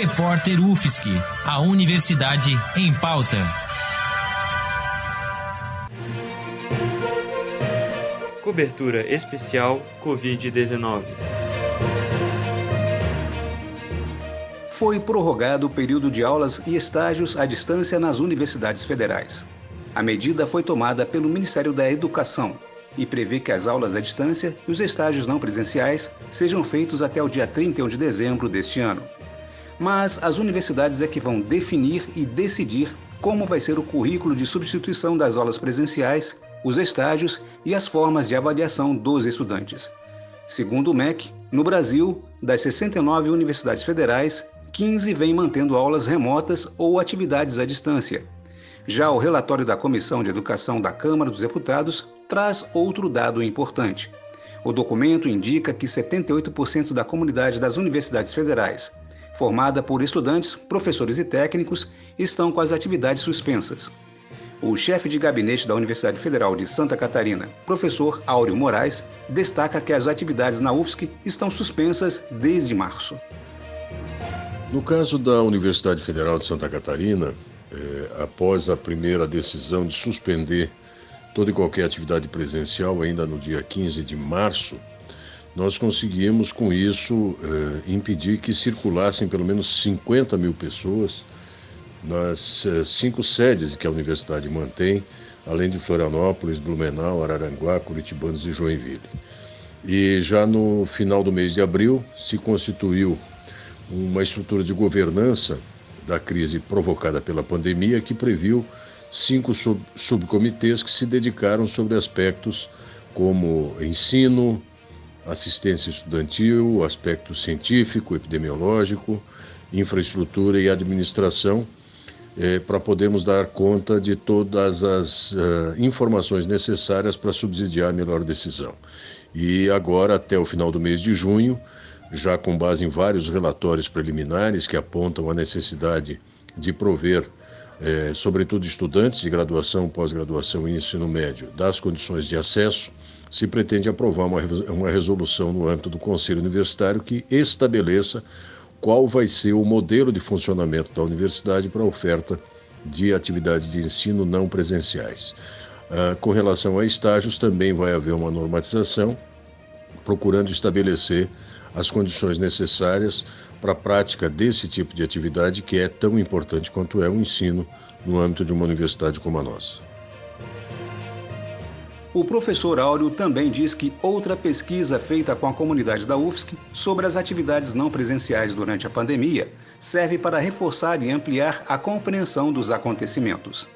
Repórter UFSC, a Universidade em Pauta. Cobertura especial Covid-19. Foi prorrogado o período de aulas e estágios à distância nas universidades federais. A medida foi tomada pelo Ministério da Educação e prevê que as aulas à distância e os estágios não presenciais sejam feitos até o dia 31 de dezembro deste ano. Mas as universidades é que vão definir e decidir como vai ser o currículo de substituição das aulas presenciais, os estágios e as formas de avaliação dos estudantes. Segundo o MEC, no Brasil, das 69 universidades federais, 15 vêm mantendo aulas remotas ou atividades à distância. Já o relatório da Comissão de Educação da Câmara dos Deputados traz outro dado importante. O documento indica que 78% da comunidade das universidades federais, formada por estudantes, professores e técnicos, estão com as atividades suspensas. O chefe de gabinete da Universidade Federal de Santa Catarina, professor Áureo Moraes, destaca que as atividades na UFSC estão suspensas desde março. No caso da Universidade Federal de Santa Catarina, após a primeira decisão de suspender toda e qualquer atividade presencial ainda no dia 15 de março, nós conseguimos com isso impedir que circulassem pelo menos 50 mil pessoas nas 5 sedes que a universidade mantém, além de Florianópolis, Blumenau, Araranguá, Curitibanos e Joinville. E já no final do mês de abril se constituiu uma estrutura de governança da crise provocada pela pandemia que previu 5 subcomitês que se dedicaram sobre aspectos como ensino, assistência estudantil, aspecto científico, epidemiológico, infraestrutura e administração, para podermos dar conta de todas as informações necessárias para subsidiar a melhor decisão. E agora, até o final do mês de junho, já com base em vários relatórios preliminares que apontam a necessidade de prover, sobretudo estudantes de graduação, pós-graduação e ensino médio, das condições de acesso, se pretende aprovar uma resolução no âmbito do Conselho Universitário que estabeleça qual vai ser o modelo de funcionamento da universidade para a oferta de atividades de ensino não presenciais. Com relação a estágios, também vai haver uma normatização, procurando estabelecer as condições necessárias para a prática desse tipo de atividade que é tão importante quanto é o ensino no âmbito de uma universidade como a nossa. O professor Áureo também diz que outra pesquisa feita com a comunidade da UFSC sobre as atividades não presenciais durante a pandemia serve para reforçar e ampliar a compreensão dos acontecimentos.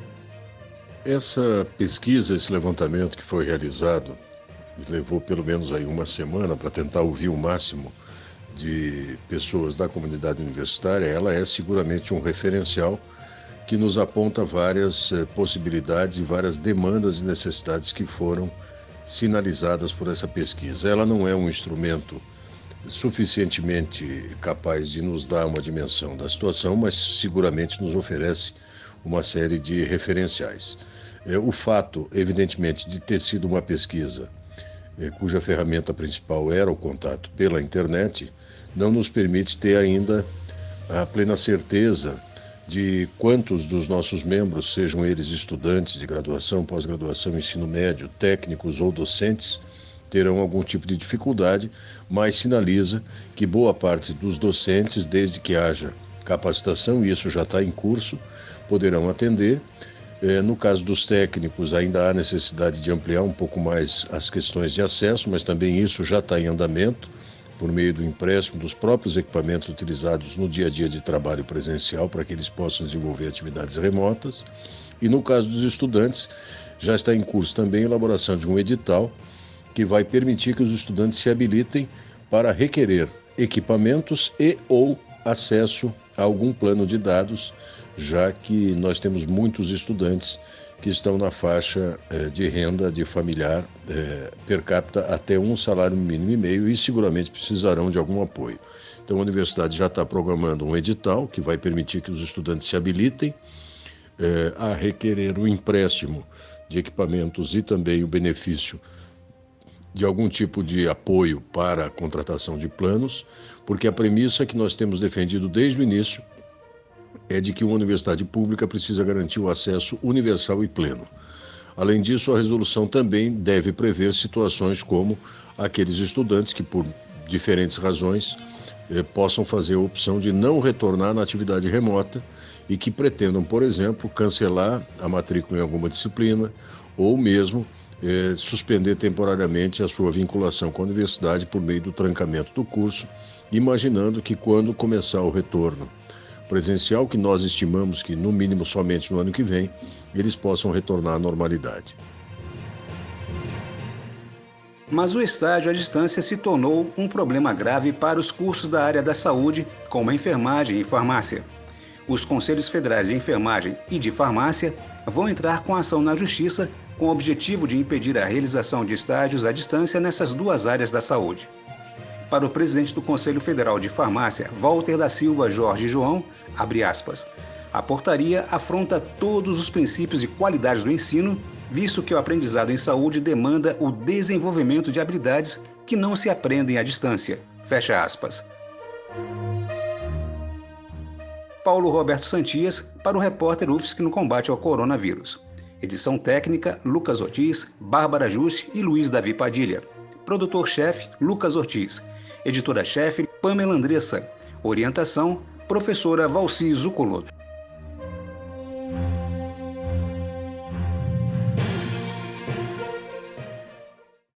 Essa pesquisa, esse levantamento que foi realizado, levou pelo menos aí uma semana para tentar ouvir o máximo de pessoas da comunidade universitária, ela é seguramente um referencial que nos aponta várias possibilidades e várias demandas e necessidades que foram sinalizadas por essa pesquisa. Ela não é um instrumento suficientemente capaz de nos dar uma dimensão da situação, mas seguramente nos oferece uma série de referenciais. O fato, evidentemente, de ter sido uma pesquisa cuja ferramenta principal era o contato pela internet, não nos permite ter ainda a plena certeza de quantos dos nossos membros, sejam eles estudantes de graduação, pós-graduação, ensino médio, técnicos ou docentes, terão algum tipo de dificuldade, mas sinaliza que boa parte dos docentes, desde que haja capacitação, e isso já está em curso, poderão atender. No caso dos técnicos, ainda há necessidade de ampliar um pouco mais as questões de acesso, mas também isso já está em andamento, por meio do empréstimo dos próprios equipamentos utilizados no dia a dia de trabalho presencial, para que eles possam desenvolver atividades remotas. E no caso dos estudantes, já está em curso também a elaboração de um edital que vai permitir que os estudantes se habilitem para requerer equipamentos e ou acesso a algum plano de dados, já que nós temos muitos estudantes que estão na faixa de renda de familiar per capita até um salário mínimo e meio e seguramente precisarão de algum apoio. Então a universidade já está programando um edital que vai permitir que os estudantes se habilitem a requerer o empréstimo de equipamentos e também o benefício de algum tipo de apoio para a contratação de planos, porque a premissa que nós temos defendido desde o início é de que uma universidade pública precisa garantir o acesso universal e pleno. Além disso, a resolução também deve prever situações como aqueles estudantes que, por diferentes razões, possam fazer a opção de não retornar na atividade remota e que pretendam, por exemplo, cancelar a matrícula em alguma disciplina ou mesmo suspender temporariamente a sua vinculação com a universidade por meio do trancamento do curso, imaginando que quando começar o retorno presencial, que nós estimamos que no mínimo somente no ano que vem, eles possam retornar à normalidade. Mas o estágio à distância se tornou um problema grave para os cursos da área da saúde, como a enfermagem e farmácia. Os Conselhos Federais de Enfermagem e de Farmácia vão entrar com ação na Justiça com o objetivo de impedir a realização de estágios à distância nessas duas áreas da saúde. Para o presidente do Conselho Federal de Farmácia, Walter da Silva Jorge João, abre aspas, a portaria afronta todos os princípios de qualidade do ensino, visto que o aprendizado em saúde demanda o desenvolvimento de habilidades que não se aprendem à distância. Fecha aspas. Paulo Roberto Santias, para o repórter UFSC no combate ao coronavírus. Edição técnica, Lucas Ortiz, Bárbara Juste e Luiz Davi Padilha. Produtor-chefe, Lucas Ortiz. Editora-chefe, Pamela Andressa. Orientação, professora Valci Zucoloto.